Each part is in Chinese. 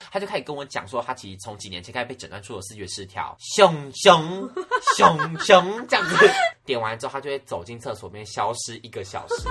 他就开始跟我讲说，他其实从几年前开始被诊断出有视觉失调，熊这样子。点完之后，他就会走进厕所里面消失1个小时。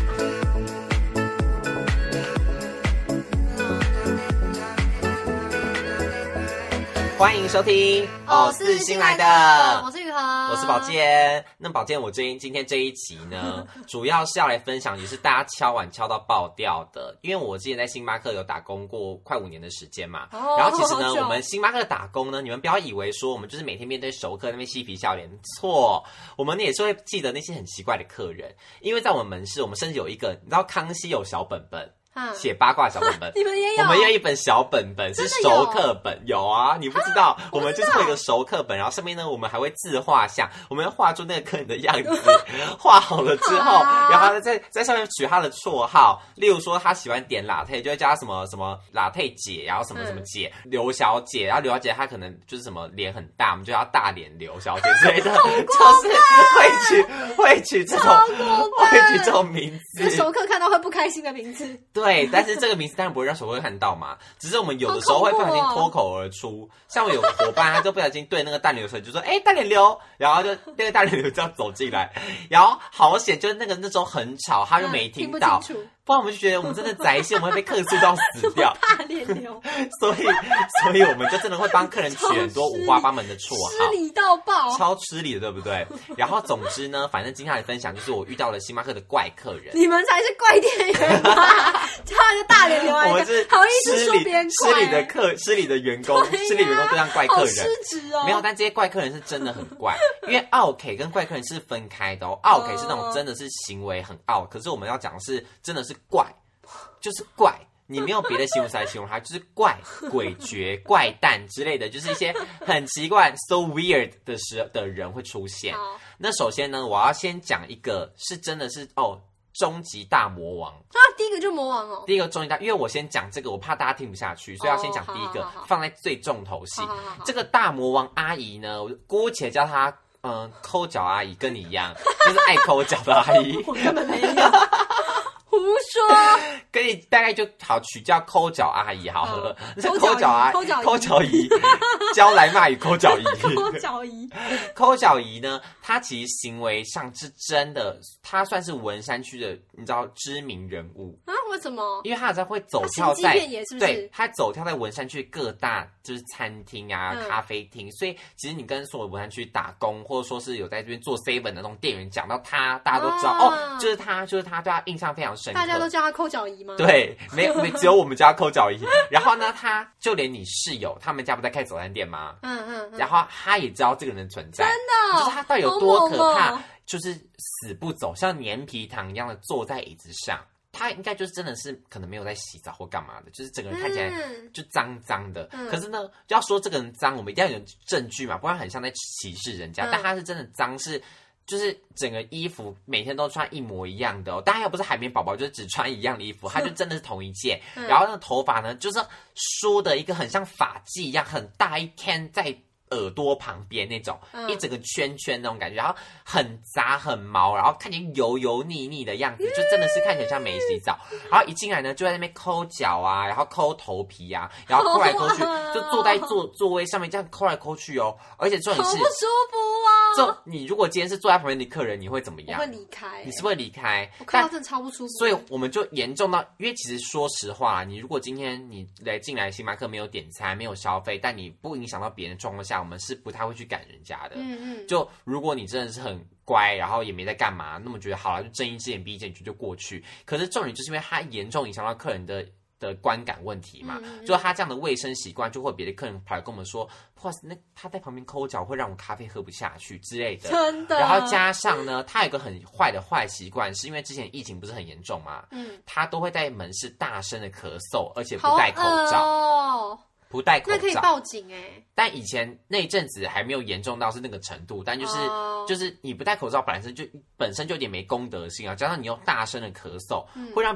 欢迎收听偶是新来的，我是雨禾， 我是宝健。那宝健，我今天这一集呢，主要是要来分享，也是大家敲碗敲到爆掉的。因为我之前在星巴克有打工过快5年的时间嘛，然后其实呢，我们星巴克打工呢，你们不要以为说我们就是每天面对熟客那边嬉皮笑脸，错，我们也是会记得那些很奇怪的客人，因为在我们门市，我们甚至有一个，你知道康熙有小本本。写八卦小本本， 你们也有？ 我们也有一本小本本，是熟客本，有啊，你不知道，我们就是会有一个熟客本，然后上面呢，我们还会自画像，我们要画出那个客人的样子，画好了之后，然后在上面取他的绰号，例如说他喜欢点latte，就会叫他什么什么latte姐，然后什么什么姐，刘小姐，然后刘小姐她可能就是什么脸很大，我们就叫大脸刘小姐之类的，就是会取这种名字， 熟客看到会不开心的名字。 对，但是这个名字当然不会让熟客看到嘛，只是我们有的时候会不小心脱口而出。像我有个伙伴，他就不小心对那个大脸刘就说：“大脸刘。”然后就那个大脸刘这样走进来，然后好险，就是那时候很吵，他就没听到。不然我们就觉得我们真的宅心，我们会被客诉到死掉。 大脸牛， 所以我们就真的会帮客人取很多五花八门的绰号， 吃礼到爆， 超吃礼的，对不对？然后总之呢，反正今天来分享就是我遇到了星巴克的怪客人。 你们才是怪店员吧？叫他的大脸牛来， 我们是好意思说别人怪， 失礼的员工，失礼员工对上怪客人， 好失职哦。 没有，但这些怪客人是真的很怪，因为奥 K 跟怪客人是分开的哦。奥 K 是那种真的是行为很傲，可是我们要讲的是真的是怪，就是怪。你没有别的形容词来形容它，就是怪、诡谲、怪诞之类的，就是一些很奇怪 so weird 的人会出现。那首先呢，我要先讲一个是真的是终极大魔王啊！第一个就魔王哦。 第一个终极大，因为我先讲这个，我怕大家听不下去，所以要先讲第一个，放在最重头戏。这个大魔王阿姨呢，我姑且叫她抠脚阿姨，跟你一样，就是爱抠脚的阿姨。 我根本没有。胡说， 跟你大概就好取叫抠脚阿姨好了，抠脚姨，教来骂与抠脚姨，抠脚姨呢，她其实行为上是真的，她算是文山区的你知道知名人物啊？为什么？ 因为她好像会走跳在， 是不是对，她走跳在文山区各大就是餐厅啊、咖啡厅，所以其实你跟所有文山区打工或者说是有在这边做 7 的那种店员讲到她，大家都知道就是她，对她印象非常深刻。 大家都叫她抠脚姨吗？ 对，没只有我们家抠脚姨。然后呢，她就连你室友，他们家不在开早餐店吗？然后她也知道这个人存在， 真的， 就是她到底有多可怕，就是死不走，像黏皮糖一样的坐在椅子上。他应该就是真的是可能没有在洗澡或干嘛的，就是整个人看起来就脏脏的。可是呢，就要说这个人脏，我们一定要有证据嘛，不然很像在歧视人家。但他是真的脏，就是整个衣服每天都穿一模一样的哦，当然又不是海绵宝宝，就是只穿一样的衣服，他就真的是同一件。然后那个头发呢，就是梳的一个很像发髻一样，很大一天在耳朵旁边那种，一整个圈圈那种感觉，然后很杂很毛，然后看起来油油腻腻的样子，就真的是看起来像没洗澡。然后一进来呢，就在那边抠脚啊，然后抠头皮啊，然后抠来抠去，就坐在座位上面这样抠来抠去哦。而且重点是， 好不舒服啊！ 你如果今天是坐在旁边的客人，你会怎么样？ 我会离开。 你是不是会离开？ 我看到真的超不舒服。 所以我们就严重到，因为其实说实话，你如果今天你进来星巴克没有点餐、没有消费，但你不影响到别人的状况下，我们是不太会去赶人家的。就如果你真的是很乖，然后也没在干嘛，那么觉得好了，就睁一只眼闭一只眼就过去。可是重点就是因为它严重影响到客人的观感问题嘛，就他这样的卫生习惯，就会别的客人跑来跟我们说，哇塞，那他在旁边抠脚会让我咖啡喝不下去之类的， 真的。 然后加上呢，他有个很坏的坏习惯，是因为之前疫情不是很严重嘛，他都会在门市大声的咳嗽，而且不戴口罩。不戴口罩， 那可以报警但以前那一阵子还没有严重到是那个程度，但就是你不戴口罩本身就有点没公德心啊，加上你又大声的咳嗽，会让别的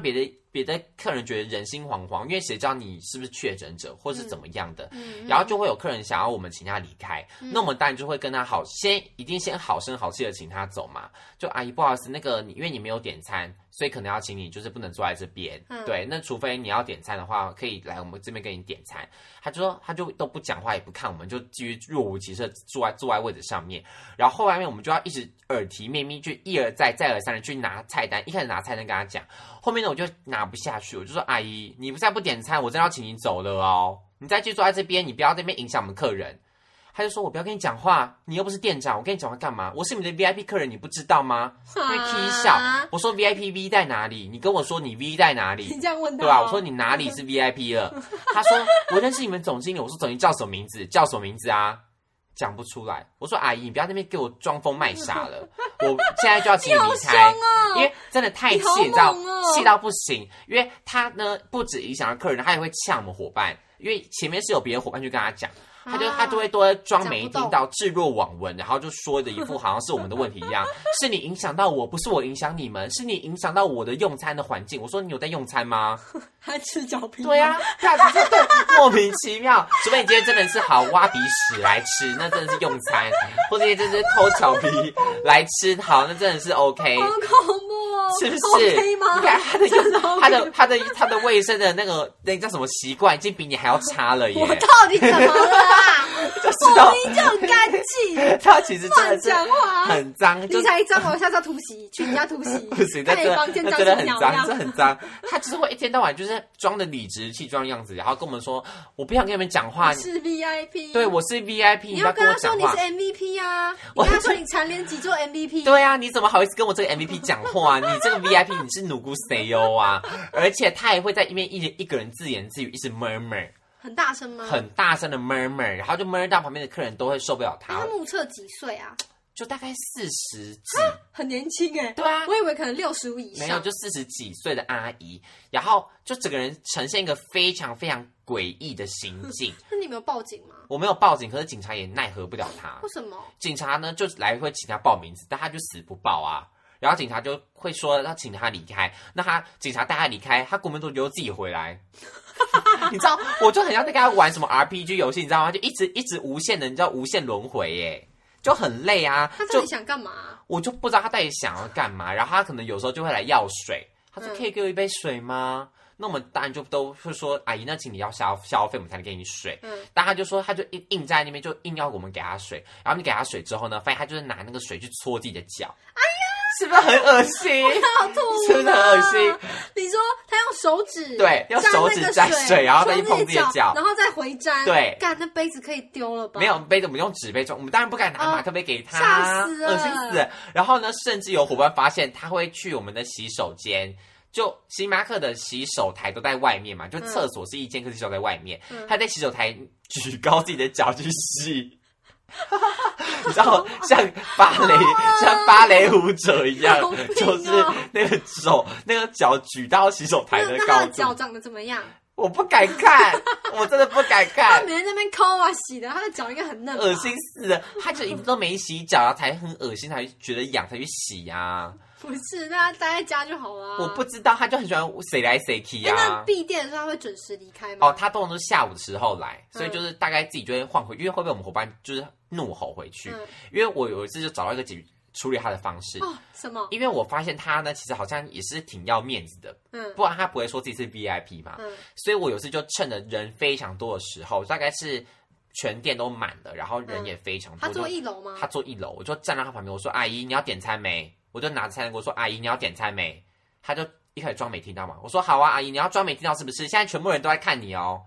别的客人觉得人心惶惶，因为谁知道你是不是确诊者或是怎么样的，然后就会有客人想要我们请他离开，那我们当然就会跟他一定先好声好气的请他走嘛。就阿姨不好意思，那个因为你没有点餐，所以可能要请你就是不能坐在这边，对，那除非你要点餐的话，可以来我们这边给你点餐。他就都不讲话也不看我们，就继续若无其事坐在位置上面。然后后来面我们就要一直耳提面命，去一而再再而三的去拿菜单，一开始拿菜单跟他讲，后面呢我就拿不下去，我就说阿姨，你不再不点餐，我真的要请你走了哦，你再继续坐在这边，你不要在这边影响我们客人。他就说我不要跟你讲话，你又不是店长，我跟你讲话干嘛？我是你的 VIP 客人，你不知道吗？会踢笑。我说 VIP V 在哪里？你跟我说你 V 在哪里？ 你这样问他， 对吧？我说你哪里是 VIP 了？他说我认识你们总经理。我说总经理叫什么名字？叫什么名字啊？讲不出来。我说阿姨，你不要在那边给我装疯卖傻了，我现在就要请你离开，因为真的太气，你知道，气到不行。因为他呢不止影响到客人，他也会呛我们伙伴，因为前面是有别的伙伴去跟他讲。他就会多装没听到，置若罔闻，然后就说的一副好像是我们的问题一样，是你影响到我，不是我影响你们，是你影响到我的用餐的环境。我说你有在用餐吗？ 还吃脚皮？ 对啊，对，莫名其妙。除非你今天真的是好挖鼻屎来吃，那真的是用餐；或者就是偷脚皮来吃，好，那真的是 OK。 好恐怖哦， 是不是？ OK 吗？ 你看他的卫生的那个叫什么习惯，已经比你还要差了耶！ 我到底怎么了啊？我明明就很干净， 他其实真的是很脏， 你才脏，我下次要突袭，去你家突袭， 不行，那真的很脏，这很脏。他就是会一天到晚就是装的理直气壮样子，然后跟我们说，我不想跟你们讲话。 我是 VIP， 对，我是 VIP， 你要跟他说你是 MVP 啊，你跟他说你蝉联几座 MVP。 对啊，你怎么好意思跟我这个 MVP 讲话？你这个 VIP 你是努姑谁哟啊？而且他也会在一边一个人自言自语，一直 murmur。 很大声吗？ 很大声的 murmur， 然后就 murmur 到旁边的客人都会受不了他。 他目测几岁啊？ 就大概40几， 很年轻哎。 对啊， 我以为可能65以上。 没有，就40几岁的阿姨，然后就整个人呈现一个非常非常诡异的行径。 那你没有报警吗？ 我没有报警，可是警察也奈何不了他。 为什么？警察呢就来会请他报名字，但他就死不报啊。然后警察就会说要请他离开，那警察带他离开，他国门多久自己回来。你知道，我就很像在跟他玩什么 RPG 游戏，你知道吗？就一直无限的，你知道无限轮回耶，就很累啊。 他到底想干嘛？ 我就不知道他到底想要干嘛。然后他可能有时候就会来要水，他说可以给我一杯水吗？那我们当然就都会说阿姨，那请你要消费，我们才能给你水。但他就说他就硬在那边，就硬要我们给他水。然后你给他水之后呢，发现他就是拿那个水去搓自己的脚。哎呀！是不是很恶心？ 好吐， 是不是很恶心？ 你说他用手指， 对，用手指沾水，然后再去碰自己的脚， 然后再回沾。 对， 干，那杯子可以丢了吧？ 没有杯子，我们用纸杯装。我们当然不敢拿马克杯给他， 吓死了， 恶心死了。然后呢，甚至有伙伴发现他会去我们的洗手间。就星巴克的洗手台都在外面嘛，就厕所是一间，可是洗手在外面。他在洗手台举高自己的脚去洗。你知道像芭蕾舞者一样，就是那个手那个脚举到洗手台的高度。 那他的脚长得怎么样？ 我不敢看，我真的不敢看。 他每天在那边抠啊洗的，他的脚应该很嫩， 恶心死了。他就一直都没洗脚，才很恶心，才觉得痒才去洗啊。 不是，那他待在家就好了。 我不知道，他就很喜欢谁来谁去啊。 那闭店的时候他会准时离开吗？ 他通常都是下午的时候来，所以就是大概自己就会换回，因为会被我们伙伴就是怒吼回去。因为我有一次就找到一个处理他的方式。 什么？ 因为我发现他呢，其实好像也是挺要面子的，不然他不会说自己是 VIP 嘛。所以我有次就趁着人非常多的时候，大概是全店都满了，然后人也非常多。 他坐1楼吗？ 他坐1楼，我就站在他旁边，我说：“阿姨，你要点餐没？”我就拿着餐单跟我说：“阿姨，你要点餐没？”他就一开始装没聽到嘛。我说：“好啊，阿姨，你要裝没聽到是不是？现在全部人都在看你哦，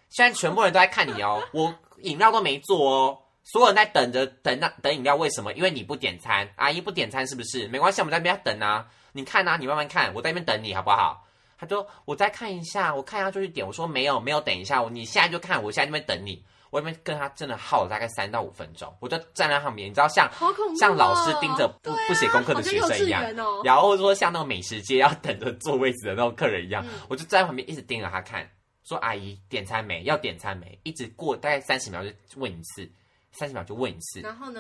我饮料都没做哦，所有人在等饮料，为什么？因为你不点餐，阿姨不点餐是不是？没关系，我们在那边等啊，你看啊，你慢慢看，我在那边等你好不好？”他说：“我再看一下，我看一下就去点。”我说：“没有等一下，你现在就看，我现在那边等你。”我那边跟他真的耗了大概3到5分钟，我就站在旁边，你知道像老师盯着不写功课的学生一样，然后说像那种美食街要等着坐位置的那种客人一样，我就站在旁边一直盯着他看，说：“阿姨点餐没？要点餐没？”一直过大概30秒就问一次，30秒就问一次。 然后呢？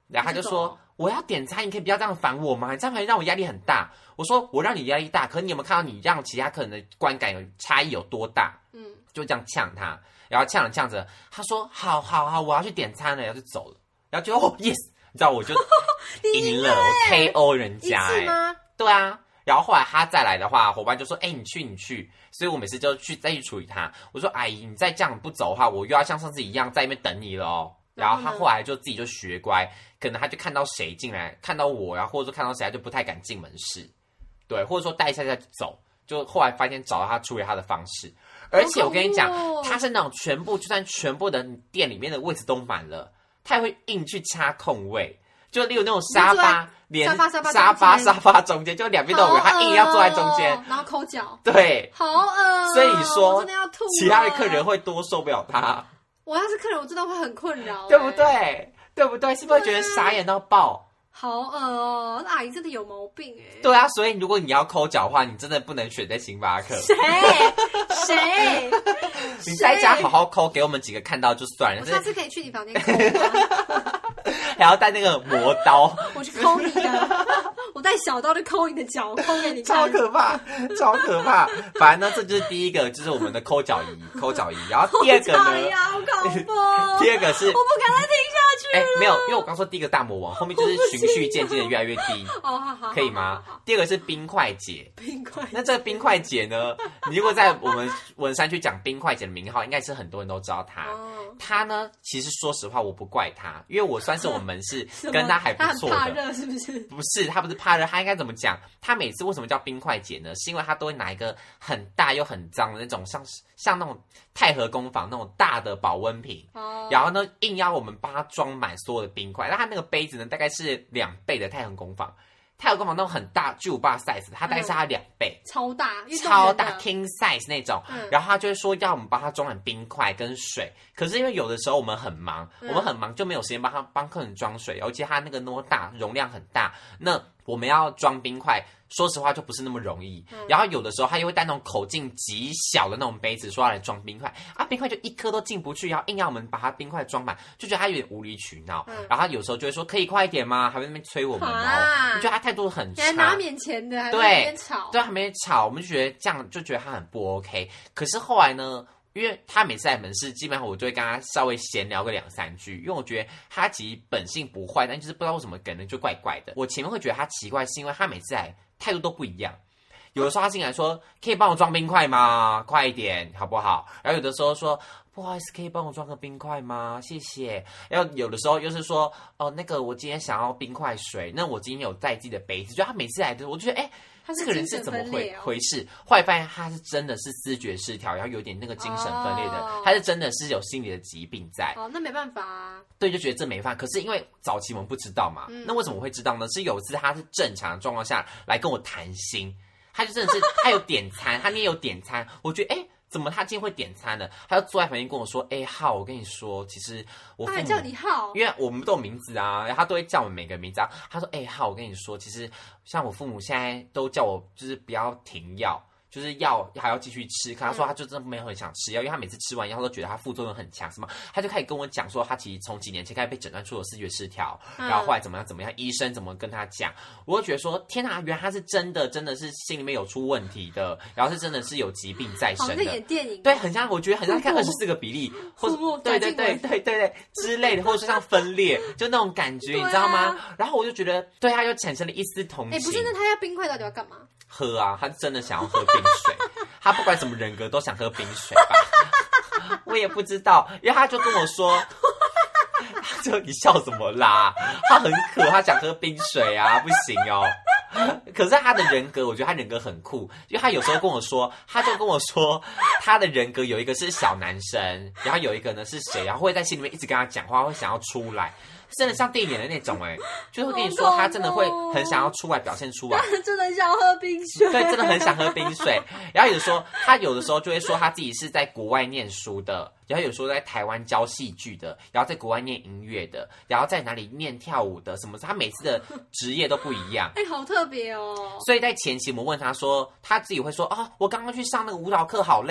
然后他就说我要点餐，你可以不要这样烦我吗？你这样会让我压力很大。我说我让你压力大，可是你有没有看到你让其他客人的观感有差异有多大？就这样呛他，然后呛着呛着，他说好，我要去点餐了，然后就走了，然后就yes， 你知道我就赢了，我 KO 人家吗？ 对啊。然后后来他再来的话，伙伴就说你去，所以我每次就再去处理他。我说阿姨，你再这样不走的话，我又要像上次一样在那边等你了哦。然后他后来就自己就学乖，可能他就看到谁进来，看到我，然后或者说看到谁，他就不太敢进门市，对，或者说带一下再走。就后来发现找到他处理他的方式，而且我跟你讲，他是那种就算全部的店里面的位置都满了，他也会硬去插空位。就例如那种沙发，连沙发中间，就两边都有人，他硬要坐在中间， 然后抠脚， 对， 好恶。 所以说， 真的要吐， 其他的客人会多受不了他。 我要是客人，我真的会很困扰， 对不对？对不对？是不是觉得傻眼到爆？ 好恶哦，阿姨真的有毛病哎。 对啊，所以如果你要抠脚的话，你真的不能选在星巴克。 谁？ 你在家好好抠，给我们几个看到就算了。 我下次可以去你房间抠吗？ 还要带那个磨刀， 我去抠你的，我带小刀去抠你的脚，抠给你看， 超可怕，超可怕。反正呢，这就是第一个，就是我们的抠脚仪。然后第二个呢， 好恐怖。 第二个是我不敢再听下去了。 没有，因为我刚说第一个大魔王，后面就是循序渐进的越来越低。 好， 可以吗？第二个是冰块姐。 冰块。 那这个冰块姐呢？你如果在我们文山去讲冰块姐的名号，应该是很多人都知道她。她呢，其实说实话，我不怪她，因为我算是我们门市跟她还不错的。 她很怕热是不是？ 不是，她不是怕热，她应该怎么讲？她每次为什么叫冰块姐呢？是因为她都会拿一个很大又很脏的那种，像那种太和工坊那种大的保温瓶，然后呢，硬要我们帮她装满所有的冰块。那她那个杯子呢，大概是2倍的太和工坊。太和工坊那种很大巨无霸 size， 它大概是它2倍， 超大 king size 那种。然后他就会说要我们帮他装满冰块跟水，可是因为有的时候我们很忙，就没有时间帮客人装水，而且他那个那么大，容量很大，那我们要装冰块，说实话就不是那么容易。然后有的时候他又会带那种口径极小的那种杯子，说要来装冰块啊，冰块就一颗都进不去，然后硬要我们把它冰块装满，就觉得他有点无理取闹。然后他有时候就会说可以快一点吗？还会在那边催我们哦，就觉得他态度很差， 还拿免钱的，还在那边吵， 对，还没吵，我们就觉得这样就觉得他很不 OK。可是后来呢？因为他每次来门市，基本上我就会跟他稍微闲聊个2-3句，因为我觉得他其实本性不坏，但就是不知道为什么感觉就怪怪的。我前面会觉得他奇怪，是因为他每次来态度都不一样。有的时候他进来说：“可以帮我装冰块吗？快一点，好不好？”然后有的时候说：“不好意思，可以帮我装个冰块吗？谢谢。”然后有的时候又是说：“哦，那个我今天想要冰块水，那我今天有带自己的杯子。”就他每次来的，我就觉得这个人是怎么回事？后来发现他是真的是思觉失调，然后有点那个精神分裂的，他是真的是有心理的疾病在。 那没办法啊。 对，就觉得这没办法。可是因为早期我们不知道嘛，那为什么我会知道呢？是有一次他是正常的状况下来跟我谈心，他就真的是他有点餐，他也有点餐，我觉得怎么他今天会点餐呢？他就坐在旁边跟我说：“浩，我跟你说，其实我父母……”他还叫你浩，因为我们都有名字啊，然后他都会叫我们每个名字啊。他说：“浩，我跟你说，其实像我父母现在都叫我就是不要停药。”就是药还要继续吃，可他说他就真的没有很想吃药，因为他每次吃完药他都觉得他副作用很强，什么他就开始跟我讲说他其实从几年前开始被诊断出有思觉失调，然后后来怎么样，医生怎么跟他讲，我就觉得说天哪，原来他是真的是心里面有出问题的，然后是真的是有疾病在身的， 好像演电影， 对，很像，我觉得很像看24个比例，或者对之类的，或者是像分裂，就那种感觉，你知道吗？然后我就觉得对他就产生了一丝同情。 不是，那他要冰块到底要干嘛？ 喝啊，他真的想要喝冰水，他不管什么人格都想喝冰水吧？我也不知道，因为他就跟我说，就你笑什么啦？他很渴，他想喝冰水啊，不行哦。可是他的人格，我觉得他人格很酷，因为他有时候跟我说，他的人格有一个是小男生，然后有一个呢是谁，然后会在心里面一直跟他讲话，会想要出来。真的像电影的那种就是会跟你说他真的会很想要出来表现出来， 真的想喝冰水， 对，真的很想喝冰水。然后他有的时候就会说他自己是在国外念书的，然后有时候在台湾教戏剧的，然后在国外念音乐的，然后在哪里念跳舞的，什么他每次的职业都不一样。 好特别哦。 所以在前期我们问他说，他自己会说我刚刚去上那个舞蹈课好累。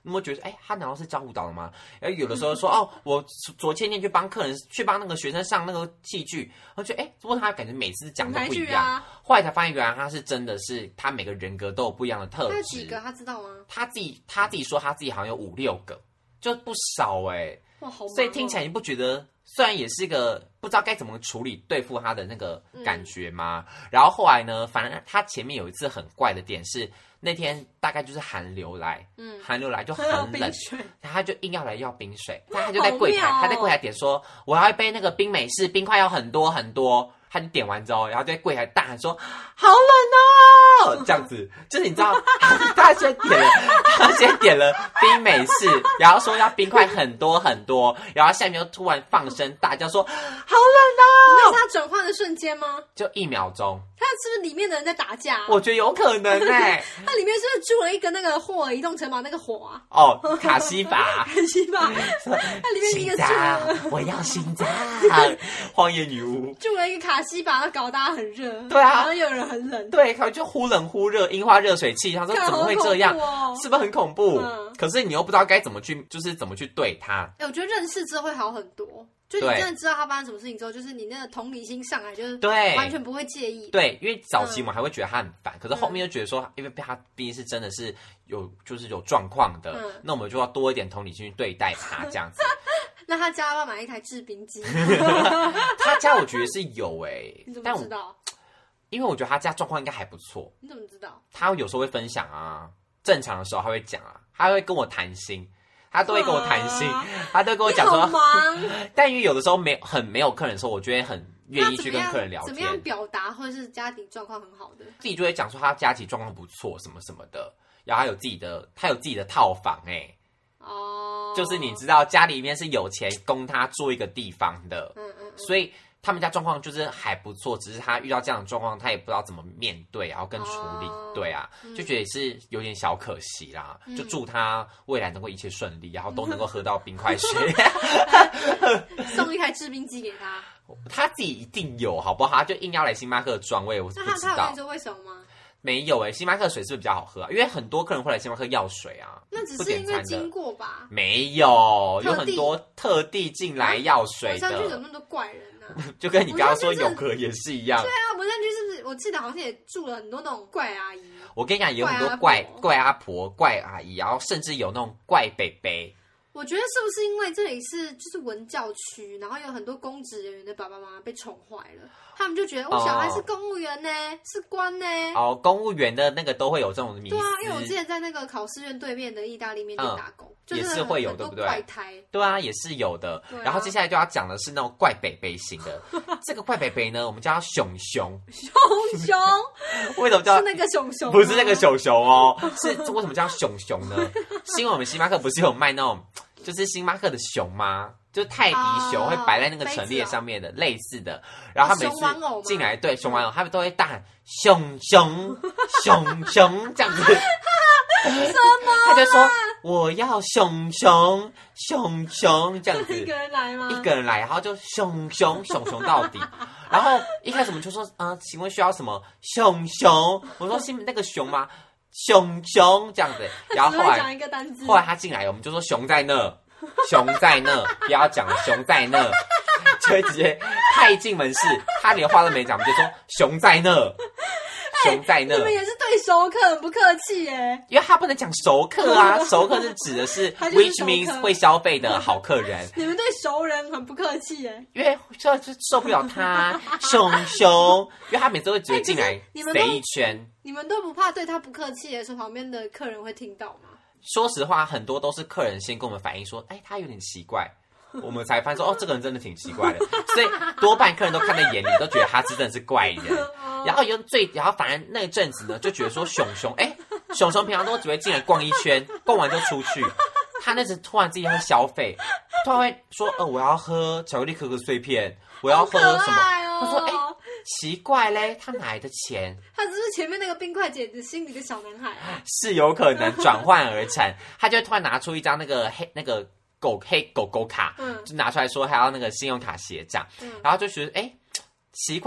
你有没有觉得，他难道是教舞蹈的吗？然后有的时候说，我昨天去帮那个学生上那个戏剧，然后觉得，不过他感觉每次讲都不一样。后来才发现，原来他是真的是他每个人格都有不一样的特质。 他有几个他知道吗？ 他自己说他自己好像有5、6个，就不少哇，好忙所以听起来你不觉得？虽然也是一个不知道该怎么处理对付他的那个感觉嘛，然后后来呢，反正他前面有一次很怪的点是，那天大概就是寒流来，寒流来就很冷，他就硬要来要冰水，他就在柜台，他在柜台点说我要一杯那个冰美式，冰块要很多很多。他就点完之后，然后就在柜台大喊说：“好冷哦！”这样子，就是你知道，他先点了冰美式，然后说要冰块很多很多，然后下面又突然放声大叫说：“好冷哦！” 那是他转换的瞬间吗？ 就1秒钟。 他是不是里面的人在打架？ 我觉得有可能他里面是不是住了一个那个霍尔移动城堡那个火啊？ 卡西法。 卡西法。他里面一个住我要心脏。荒野女巫住了一个卡西法，他搞大家很热。 对啊， 然后又有人很冷。 对，就忽冷忽热，樱花热水器。他说怎么会这样？是不是很恐怖？可是你又不知道该怎么去，就是怎么去对他。 我觉得认识之后会好很多。就你真的知道他发生什么事情之后，就是你那个同理心上来，就是完全不会介意。 对，因为早期我们还会觉得他很烦，可是后面就觉得说，因为他毕竟是真的是有状况的，那我们就要多一点同理心去对待他这样子。 那他家要不要买一台制冰机？ 他家我觉得是有你怎么知道？ 因为我觉得他家状况应该还不错。 你怎么知道？ 他有时候会分享啊，正常的时候他会讲啊，他会跟我谈心。他都会跟我谈心，他都跟我讲说，但因为有的时候很没有客人的时候，我就会很愿意去跟客人聊天。 怎么样表达，或者是家庭状况很好的， 自己就会讲说他家庭状况不错，什么什么的，然后他有自己的套房就是你知道家里面是有钱供他住一个地方的，所以他们家状况就是还不错，只是他遇到这样的状况，他也不知道怎么面对，然后跟处理，对啊，就觉得也是有点小可惜啦。就祝他未来能够一切顺利，然后都能够喝到冰块水， 送一台制冰机给他。 他自己一定有，好不好？他就硬要来星巴克装，我也不知道。 那他有跟你说为什么吗？ 没有星巴克水是不是比较好喝啊？因为很多客人会来星巴克要水啊。 那只是因为经过吧？ 没有很多特地进来要水的。 我上去有那么多怪人啊！ 就跟你刚刚说游客也是一样。 对啊，我上去是不是？我记得好像也住了很多那种怪阿姨。 我跟你讲，也有很多怪阿婆、怪阿姨，然后甚至有那种怪伯伯。 我觉得是不是因为这里就是文教区，然后有很多公职人员的爸爸妈妈被宠坏了，他们就觉得我小孩是公务员呢，是官呢。公务员的那个都会有这种迷思。对啊，因为我之前在那个考试院对面的意大利面店打工， 也是会有，对不对？ 怪胎。对啊，也是有的。然后接下来就要讲的是那种怪北北型的。这个怪北北呢，我们叫他熊熊。 熊熊？ 为什么叫？ 是那个熊熊？ 不是那个熊熊哦，是为什么叫熊熊呢？是因为我们星巴克不是有卖那种。就是星巴克的熊吗？就是泰迪熊会摆在那个陈列上面的，类似的。然后他每次进来，对熊玩偶，他们都会大喊熊熊熊熊这样子。 什么？ 他就说我要熊熊熊熊这样子。 一个人来吗？ 一个人来，然后就熊熊熊熊到底。然后一开始我们就说请问需要什么熊熊？我说是那个熊吗？熊熊这样子，然后后来他进来，我们就说熊在那，熊在那，不要讲熊在那，就会直接他一进门市，他连话都没讲，我们就说熊在那，熊在那。 你们也是对熟客很不客气耶， 因为他不能讲熟客啊，熟客是指的是 which means 会消费的好客人。 你们对熟人很不客气耶， 因为受不了他熊熊，因为他每次都会直接进来塞一圈。 你们都不怕对他不客气的时候，旁边的客人会听到吗？ 说实话，很多都是客人先跟我们反映说，他有点奇怪，我们才发现说，这个人真的挺奇怪的，所以多半客人都看在眼里，都觉得他真的是怪人。然后反而那一阵子呢，就觉得说熊熊平常都只会进来逛一圈，逛完就出去，他那次突然自己会消费，突然会说，我要喝巧克力可可碎片，我要喝什么？他说，奇怪嘞，他哪来的钱？ 他是不是前面那个冰块姐的心里的小男孩啊？ 是有可能转换而成，他就会突然拿出一张那个黑狗狗卡，就拿出来说还要那个信用卡结账，然后就觉得奇怪，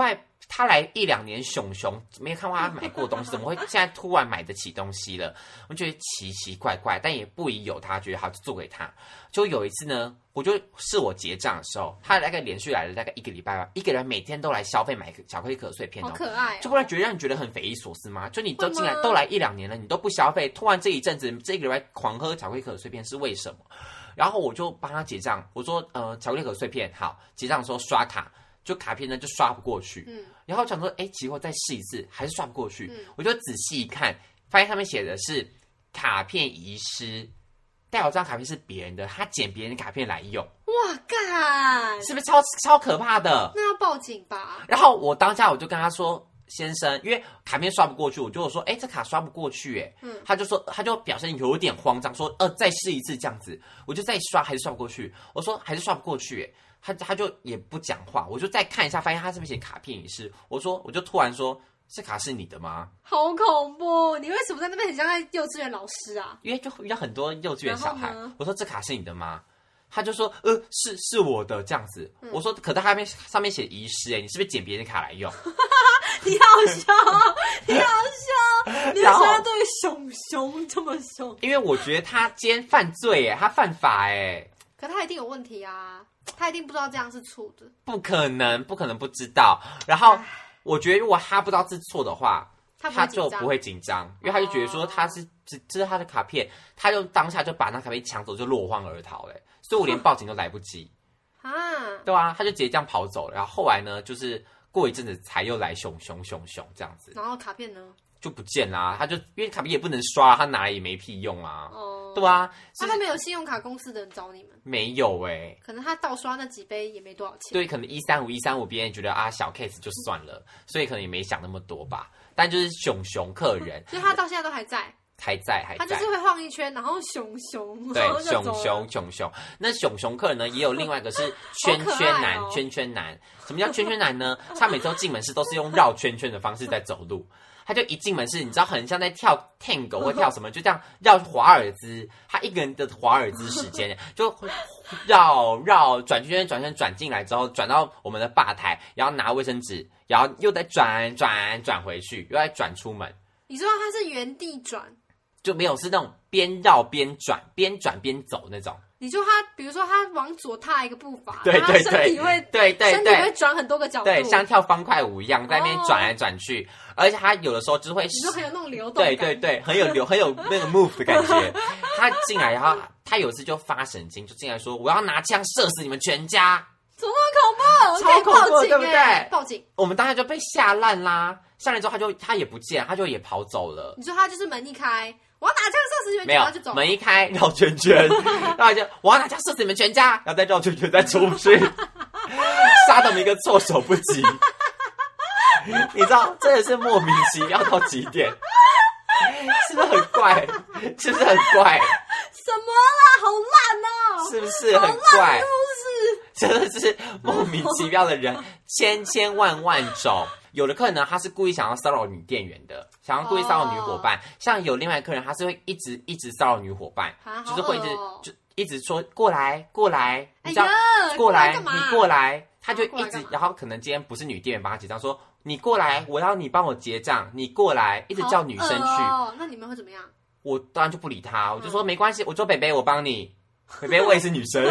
他来1-2年，熊没有看过他买过东西，怎么会现在突然买得起东西了？我觉得奇奇怪怪，但也不疑有他，觉得好就做给他。就有一次呢，是我结账的时候，他大概连续来了大概1个礼拜吧，1个人每天都来消费买巧克力可碎片好可爱就不然让你觉得很匪夷所思吗？就你都进来都来1-2年了，你都不消费，突然这一阵子这个礼拜狂喝巧克力可碎片是为什么？然后我就帮他结账，我说巧克力可碎片好，结账的时候刷卡。就卡片呢就刷不过去，然后想说，奇怪，再试一次还是刷不过去，我就仔细一看，发现上面写的是卡片遗失，代表这张卡片是别人的，他捡别人的卡片来用。 哇干， 是不是超可怕的？ 那要报警吧。 然后我当下我就跟他说，先生，因为卡片刷不过去，我就说，这卡刷不过去，他就表现有点慌张，说，再试一次这样子，我就再刷还是刷不过去，我说还是刷不过去，他就也不讲话，我就再看一下，发现他这边写卡片遗失。我就突然说：“这卡是你的吗？” 好恐怖！你为什么在那边很像在幼稚园老师啊？ 因为就遇到很多幼稚园小孩。我说：“这卡是你的吗？”他就说：“是我的。”这样子。我说：“可是他上面写遗失，你是不是捡别人的卡来用？” 你好笑，你好笑，你为什么要对熊这么凶？ 因为我觉得他今天犯罪，他犯法， 可他一定有问题啊。他一定不知道这样是错的， 不可能不知道。然后我觉得，如果他不知道是错的话，他就不会紧张，因为他就觉得说这是他的卡片，他就当下就把那卡片抢走，就落荒而逃所以我连报警都来不及啊， 对啊，他就直接这样跑走了。然后后来呢，就是过一阵子才又来熊这样子， 然后卡片呢？ 就不见啦，他就因为卡片也不能刷，他拿来也没屁用啊。对啊， 他没有信用卡公司的人找你们？ 没有可能他盗刷那几杯也没多少钱。 对，可能135别人觉得小 case 就算了，所以可能也没想那么多吧。但就是熊客人， 所以他到现在都还在。 还在， 他就是会晃一圈，然后熊， 对，熊。那熊客人呢，也有另外一个是圈男。什么叫圈圈男呢？他每次进门都是用绕圈圈的方式在走路。他就一进门你知道很像在跳 tango 或跳什么，就这样绕华尔兹。他一个人的华尔兹时间就绕转圈转进来之后，转到我们的吧台，然后拿卫生纸，然后又再转回去，又再转出门。 你说他是原地转？ 就没有是那种边绕边转边走那种。 你说他，比如说他往左踏一个步伐， 对， 身体会转很多个角度， 对，像跳方块舞一样在那边转来转去，而且他有的时候就会， 你说很有那种流动感， 对，很有那个 move 的感觉。他进来，然后他有一次就发神经，就进来说：“我要拿枪射死你们全家！” 怎么那么恐怖？ 超恐怖，对不对？ 报警！ 我们当时就被吓烂啦。下来之后，他也不见，他就也跑走了。 你说他就是门一开，我要拿枪射死你们全家就走了。 门一开绕圈圈，然后就我要拿枪射死你们全家，然后再绕圈圈再出去，杀得我们一个措手不及。你知道，真的是莫名其妙到极点，是不是很怪？是不是很怪？ 什么啦？好烂哦！ 是不是很怪？真的是莫名其妙的人，千万种。有的客人呢，他是故意想要骚扰女店员的，想要故意骚扰女伙伴。像有另外一个客人，他是会一直骚扰女伙伴，就是会一直说过来，你知道过来，你过来，他就一直，然后可能今天不是女店员帮他结账，说你过来，我要你帮我结账，你过来，一直叫女生去。 那你们会怎么样？ 我当然就不理他，我就说没关系，我说北北我帮你，北北我也是女生。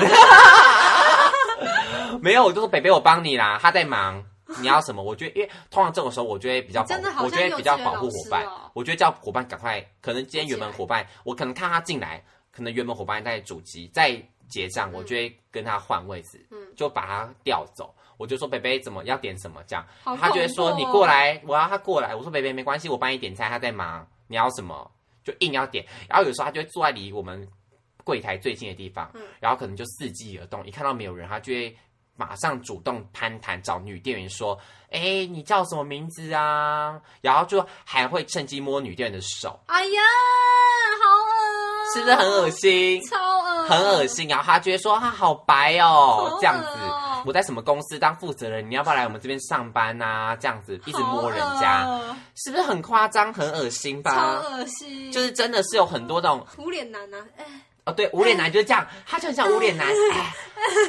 没有，我就说北北我帮你啦，他在忙。你要什么？我觉得，因为通常这种时候，我就会比较我觉得比较保护伙伴。我觉得叫伙伴赶快，可能今天原本伙伴，我可能看他进来，可能原本伙伴在主机在结账，我就会跟他换位置，就把他调走。我就说北北怎么要点什么这样，他就会说你过来，我要他过来。我说北北没关系，我帮你点菜，他在忙，你要什么就硬要点。然后有时候他就会坐在离我们柜台最近的地方，然后可能就伺机而动，一看到没有人，他就会马上主动攀谈，找女店员说：“你叫什么名字啊？”然后就还会趁机摸女店员的手。 哎呀，好恶， 是不是很恶心？ 超恶， 很恶心。然后他就会说：“他好白哦，这样子。我在什么公司当负责人？你要不要来我们这边上班啊？这样子一直摸人家，是不是很夸张、很恶心吧？ 超恶心， 就是真的是有很多那种无脸男啊， 对，无脸男就是这样，他就很像无脸男，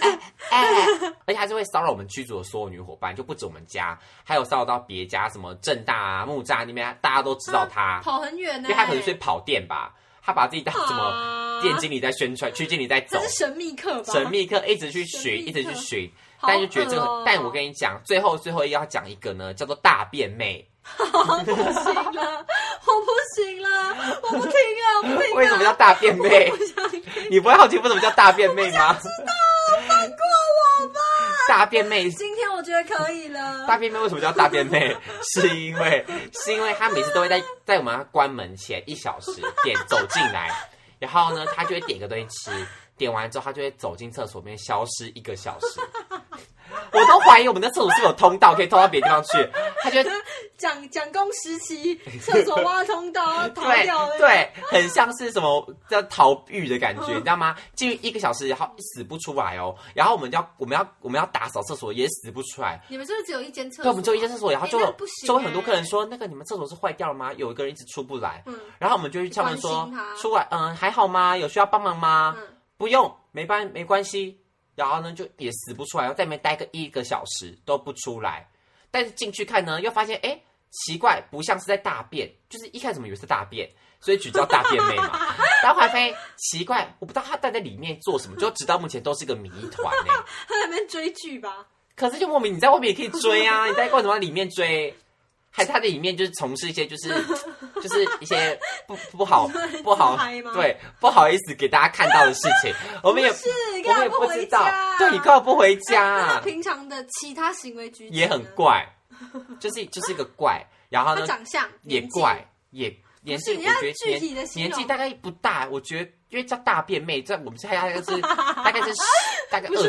而且还是会骚扰我们剧组的所有女伙伴，就不止我们家，还有骚扰到别家，什么正大啊、木栅那边，大家都知道他跑很远因为他可能是跑店吧，他把自己当什么店经理在宣传，区经理在走， 这是神秘客吧？ 神秘客一直去寻，一直去寻，但就觉得这个，但我跟你讲，最后要讲一个呢，叫做大便妹。 不行了，我不行了，我不听啊！ 为什么叫大便妹？你不会好奇为什么叫大便妹吗？ 我知道，放过我吧！ 大便妹， 今天我觉得可以了。 大便妹为什么叫大便妹？是因为她每次都会在我们关门前1小时走进来，然后呢，她就会点个东西吃，点完之后她就会走进厕所里面消失1个小时。我都怀疑我们的厕所是有通道可以通到别的地方去，他就蒋公时期厕所挖通道逃掉了， 对，很像是什么叫逃狱的感觉，你知道吗？进去1个小时，然后死不出来哦，然后我们要打扫厕所也死不出来。 你们是不是只有1间厕所？ 对，我们只有1间厕所，然后就会很多客人说，那个你们厕所是坏掉了吗？有一个人一直出不来，然后我们就去敲门说，出来，还好吗？有需要帮忙吗？不用，没关系。然后呢，就也死不出来，然后在那边待个1个小时都不出来。但是进去看呢，又发现奇怪，不像是在大便，就是一开始我们以为是大便，所以取叫大便妹嘛。然后还发现奇怪，我不知道他待在里面做什么，就直到目前都是个谜团他在那边追剧吧？ 可是就莫名你在外面也可以追啊，你在为什么在里面追？还他在里面就是从事一些就是一些不好对不好意思给大家看到的事情，我们也不知道，对你干嘛不回家？ 他平常的其他行为举止也很怪，就是一个怪，然后呢， 长相也怪，也年纪， 我觉得年纪大概不大，我觉得因为叫大便妹，在我们大概是大概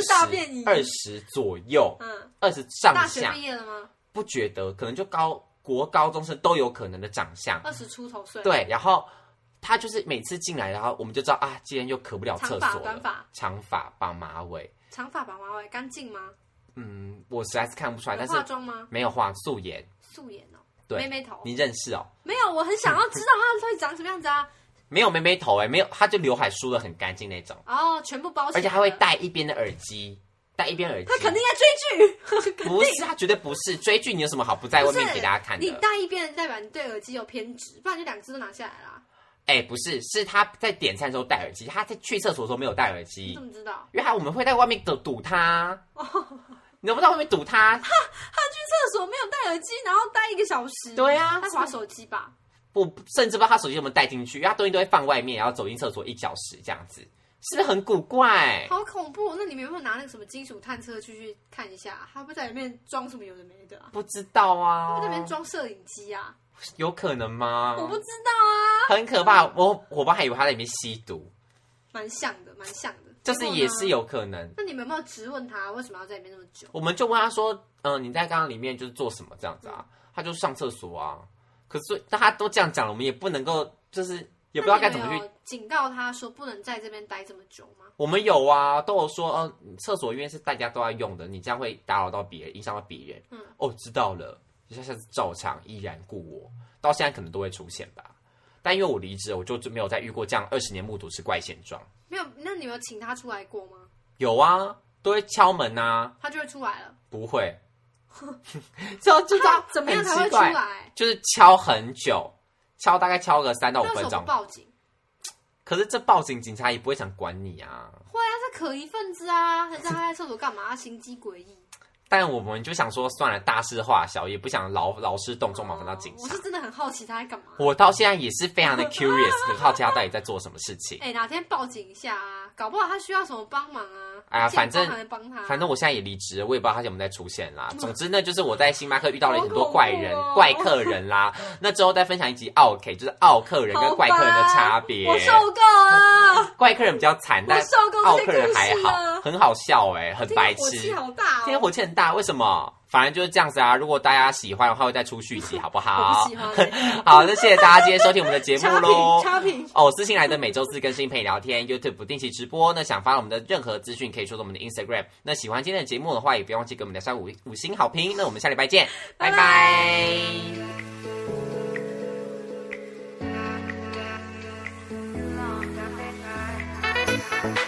20左右，20上下。 大学毕业了吗？ 不觉得，可能就国高中生都有可能的长相 ，20出头岁。 对，然后他就是每次进来，然后我们就知道啊，今天又咳不了厕所了。长发绑马尾， 干净吗？ 我实在是看不出来。但是化妆吗？ 没有化，素颜哦。 对， 妹头， 你认识哦？ 没有，我很想要知道他会长什么样子啊。 没有妹头没有，他就刘海梳得很干净那种。 哦，全部包起来， 而且他会戴一边的耳机。他肯定在追剧， 不是，他绝对不是追剧。你有什么好不在外面给大家看的？ 你戴一边代表你对耳机有偏执，不然就2只都拿下来啦。 不是，是他在点餐的时候戴耳机，他在去厕所的时候没有戴耳机。 你怎么知道？ 因为我们会在外面堵他。你怎么在外面堵他？ 他去厕所没有戴耳机，然后待1个小时。 对啊， 他滑手机吧？ 我甚至不知道他手机有没有带进去，因为他东西都会放外面，然后走进厕所1小时这样子。是不是很古怪？ 好恐怖！那你们有没有拿那个什么金属探测去看一下？他会不会在里面装什么有的没的啊？ 不知道啊。 会不会在里面装摄影机啊？ 有可能吗？ 我不知道啊。 很可怕，我伙伴还以为他在里面吸毒。 蛮像的。 就是也是有可能。 那你们有没有质问他为什么要在里面那么久？ 我们就问他说：“你在刚刚里面就是做什么这样子啊？”他就上厕所啊。可是但他都这样讲了，我们也不能够就是也不知道该怎么去警告他说不能在这边待这么久吗？ 我们有啊，都有说厕所因为是大家都在用的，你这样会打扰到别人，影响到别人。知道了，下次照常依然故我。到现在可能都会出现吧。但因为我离职了，我就没有再遇过这样20年目睹是怪现状。 没有，那你有请他出来过吗？ 有啊，都会敲门啊， 他就会出来了。 不会，就他怎么样才会出来？ 就是敲很久，大概敲个3到5分钟。 报警？ 可是这报警，警察也不会想管你啊。 会啊，他可疑分子啊，他在厕所干嘛？心机诡异。 但我们就想说，算了，大事化小，也不想劳师动众，麻烦到警察。 我是真的很好奇他在干嘛。 我到现在也是非常的 curious， 很好奇他到底在做什么事情。 哪天报警一下啊，搞不好他需要什么帮忙啊。 哎呀，反正我现在也离职了，我也不知道他有没有在出现啦。总之呢，就是我在星巴克遇到了很多怪客人啦。那之后再分享一集奥 K， 就是奥客人跟怪客人的差别。 我受够了。 怪客人比较惨，但奥客人还好，很好笑很白痴。 火气好大哦。 今天火气很大，为什么？反正就是这样子啊！如果大家喜欢的话，会再出续集，好不好？ 我不喜欢。 好，那谢谢大家今天收听我们的节目喽。 差评私信来的每周4更新陪你聊天 ，YouTube 不定期直播。那想发我们的任何资讯，可以说到我们的 Instagram。那喜欢今天的节目的话，也不要忘记给我们的5星好评。那我们下礼拜见，拜拜。